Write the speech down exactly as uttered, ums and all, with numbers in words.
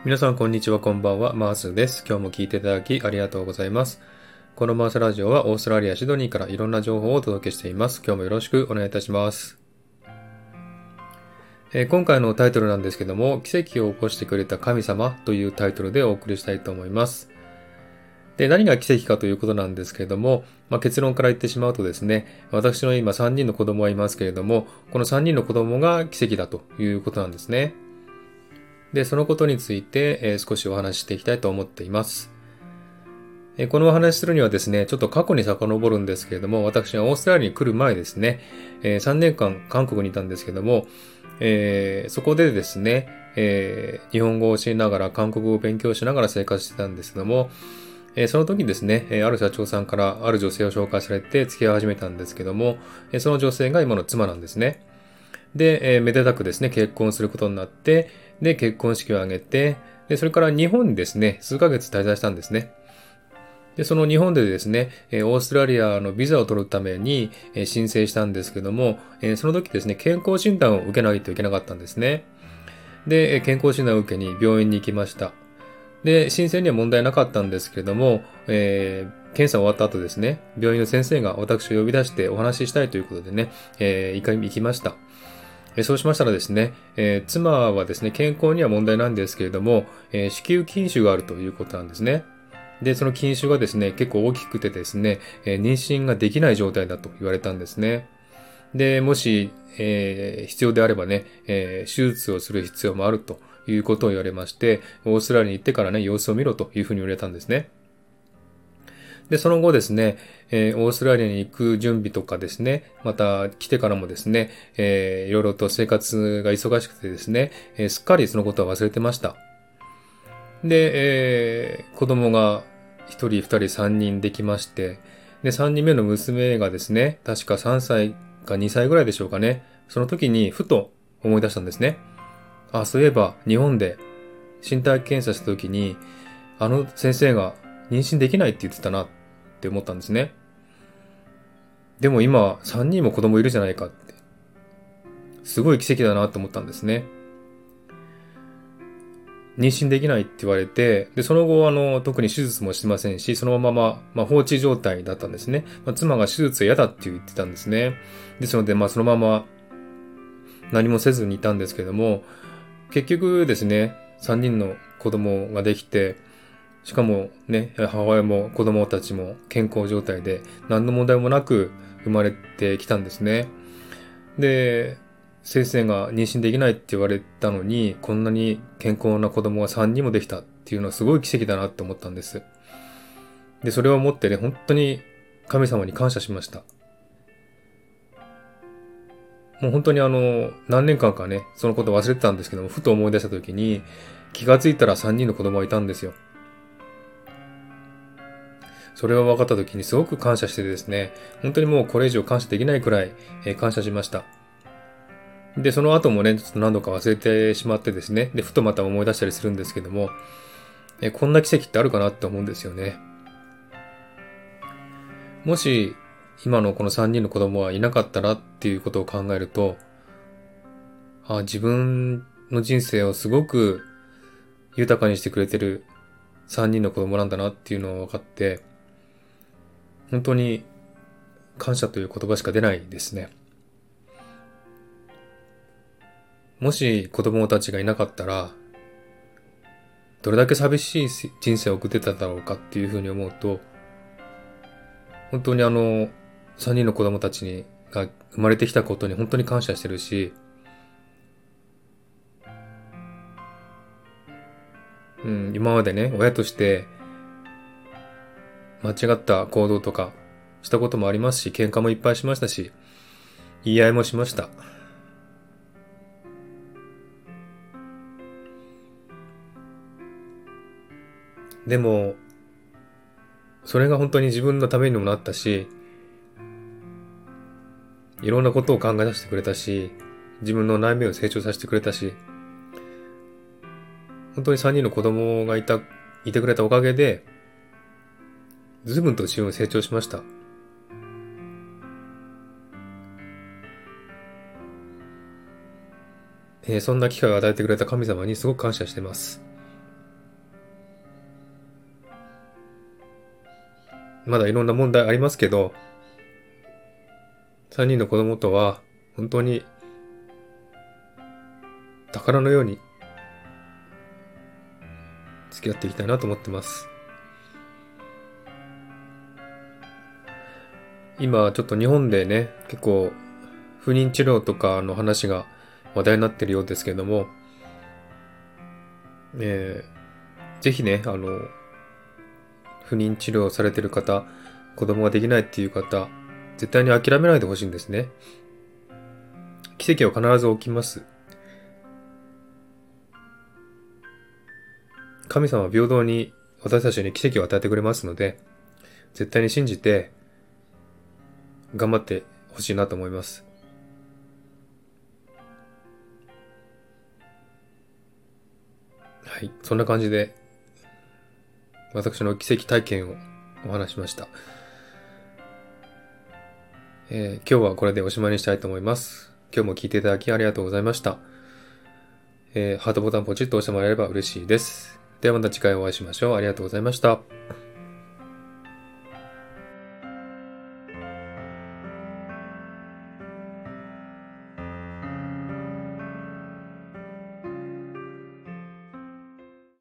皆さんこんにちは、こんばんは、マースです。今日も聞いていただきありがとうございます。このマースラジオはオーストラリア・シドニーからいろんな情報をお届けしています。今日もよろしくお願いいたします。えー今回のタイトルなんですけども、奇跡を起こしてくれた神様というタイトルでお送りしたいと思います。で、何が奇跡かということなんですけれども、まあ、結論から言ってしまうとですね、私の今さんにんの子供がいますけれども、このさんにんの子供が奇跡だということなんですね。で、そのことについて、えー少しお話ししていきたいと思っています。えーこのお話しするにはですね、ちょっと過去に遡るんですけれども、私がオーストラリアに来る前ですね、えーさんねんかん韓国にいたんですけども、えーそこでですね、えー日本語を教えながら韓国語を勉強しながら生活してたんですけども、えーその時にですね、えーある社長さんからある女性を紹介されて付き合い始めたんですけども、えーその女性が今の妻なんですね。で、えーめでたくですね、結婚することになって、で、結婚式を挙げて、で、それから日本にですね、数ヶ月滞在したんですね。で、その日本でですね、えーオーストラリアのビザを取るために、えー申請したんですけども、えーその時ですね、健康診断を受けないといけなかったんですね。で、えー健康診断を受けに病院に行きました。で、申請には問題なかったんですけれども、えー検査終わった後ですね、病院の先生が私を呼び出してお話ししたいということでね、えー行きました。えーそうしましたらですね、えー妻はですね、健康には問題なんですけれども、えー子宮筋腫があるということなんですね。で、その筋腫がですね、結構大きくてですね、えー妊娠ができない状態だと言われたんですね。で、もし、えー必要であればね、えー手術をする必要もあるということを言われまして、オーストラリアに行ってからね、様子を見ろというふうに言われたんですね。で、その後ですね、えーオーストラリアに行く準備とかですね、また来てからもですね、えーいろいろと生活が忙しくてですね、えーすっかりそのことは忘れてました。で、えー子供がひとり、ふたり、さんにんできまして、で、さんにんめの娘がですね、確かさんさいかにさいぐらいでしょうかね。その時にふと思い出したんですね。あ、そういえば日本で身体検査した時に、あの先生が妊娠できないって言ってたなって思ったんですね。でも今さんにんも子供いるじゃないかって、すごい奇跡だなと思ったんですね。妊娠できないって言われて、で、その後、あの、特に手術もしてませんし、そのまま、まあ、放置状態だったんですね。まあ、妻が手術は嫌だって言ってたんですね。ですので、まあ、そのまま何もせずにいたんですけども、結局ですね、さんにんの子供ができて、しかもね、母親も子供たちも健康状態で、何の問題もなく生まれてきたんですね。で、先生が妊娠できないって言われたのに、こんなに健康な子供がさんにんもできたっていうのはすごい奇跡だなって思ったんです。で、それを思ってね、本当に神様に感謝しました。もう本当にあの、何年間かね、そのこと忘れてたんですけども、ふと思い出した時に、気がついたらさんにんの子供がいたんですよ。それを分かった時にすごく感謝してですね、本当にもうこれ以上感謝できないくらい、えー感謝しました。で、その後もね、ちょっと何度か忘れてしまってですね、で、ふとまた思い出したりするんですけども、えこんな奇跡ってあるかなって思うんですよね。もし、今のこのさんにんの子供はいなかったらっていうことを考えると、あ、自分の人生をすごく豊かにしてくれてるさんにんの子供なんだなっていうのを分かって、本当に感謝という言葉しか出ないですね。もし子供たちがいなかったら、どれだけ寂しい人生を送ってただろうかっていうふうに思うと、本当にあの、さんにんの子供たちにが生まれてきたことに本当に感謝してるし、うん、今までね、親として間違った行動とかしたこともありますし、喧嘩もいっぱいしましたし、言い合いもしました。でも、それが本当に自分のためにもなったし、いろんなことを考えさせてくれたし、自分の内面を成長させてくれたし、本当にさんにんの子供がいた、いてくれたおかげで、随分と自分を成長しました。えーそんな機会を与えてくれた神様にすごく感謝しています。 まだいろんな問題ありますけど、さんにんの子供とは本当に宝のように付き合っていきたいなと思ってます。今ちょっと日本でね、結構不妊治療とかの話が話題になっているようですけども、えー、ぜひね、あの、不妊治療されている方、子供ができないっていう方、絶対に諦めないでほしいんですね。奇跡は必ず起きます。神様は平等に私たちに奇跡を与えてくれますので、絶対に信じて頑張ってほしいなと思います。はい、そんな感じで私の奇跡体験をお話しました。えー、今日はこれでおしまいにしたいと思います。今日も聞いていただきありがとうございました。えー、ハートボタンポチッと押してもらえれば嬉しいです。ではまた次回お会いしましょう。ありがとうございました。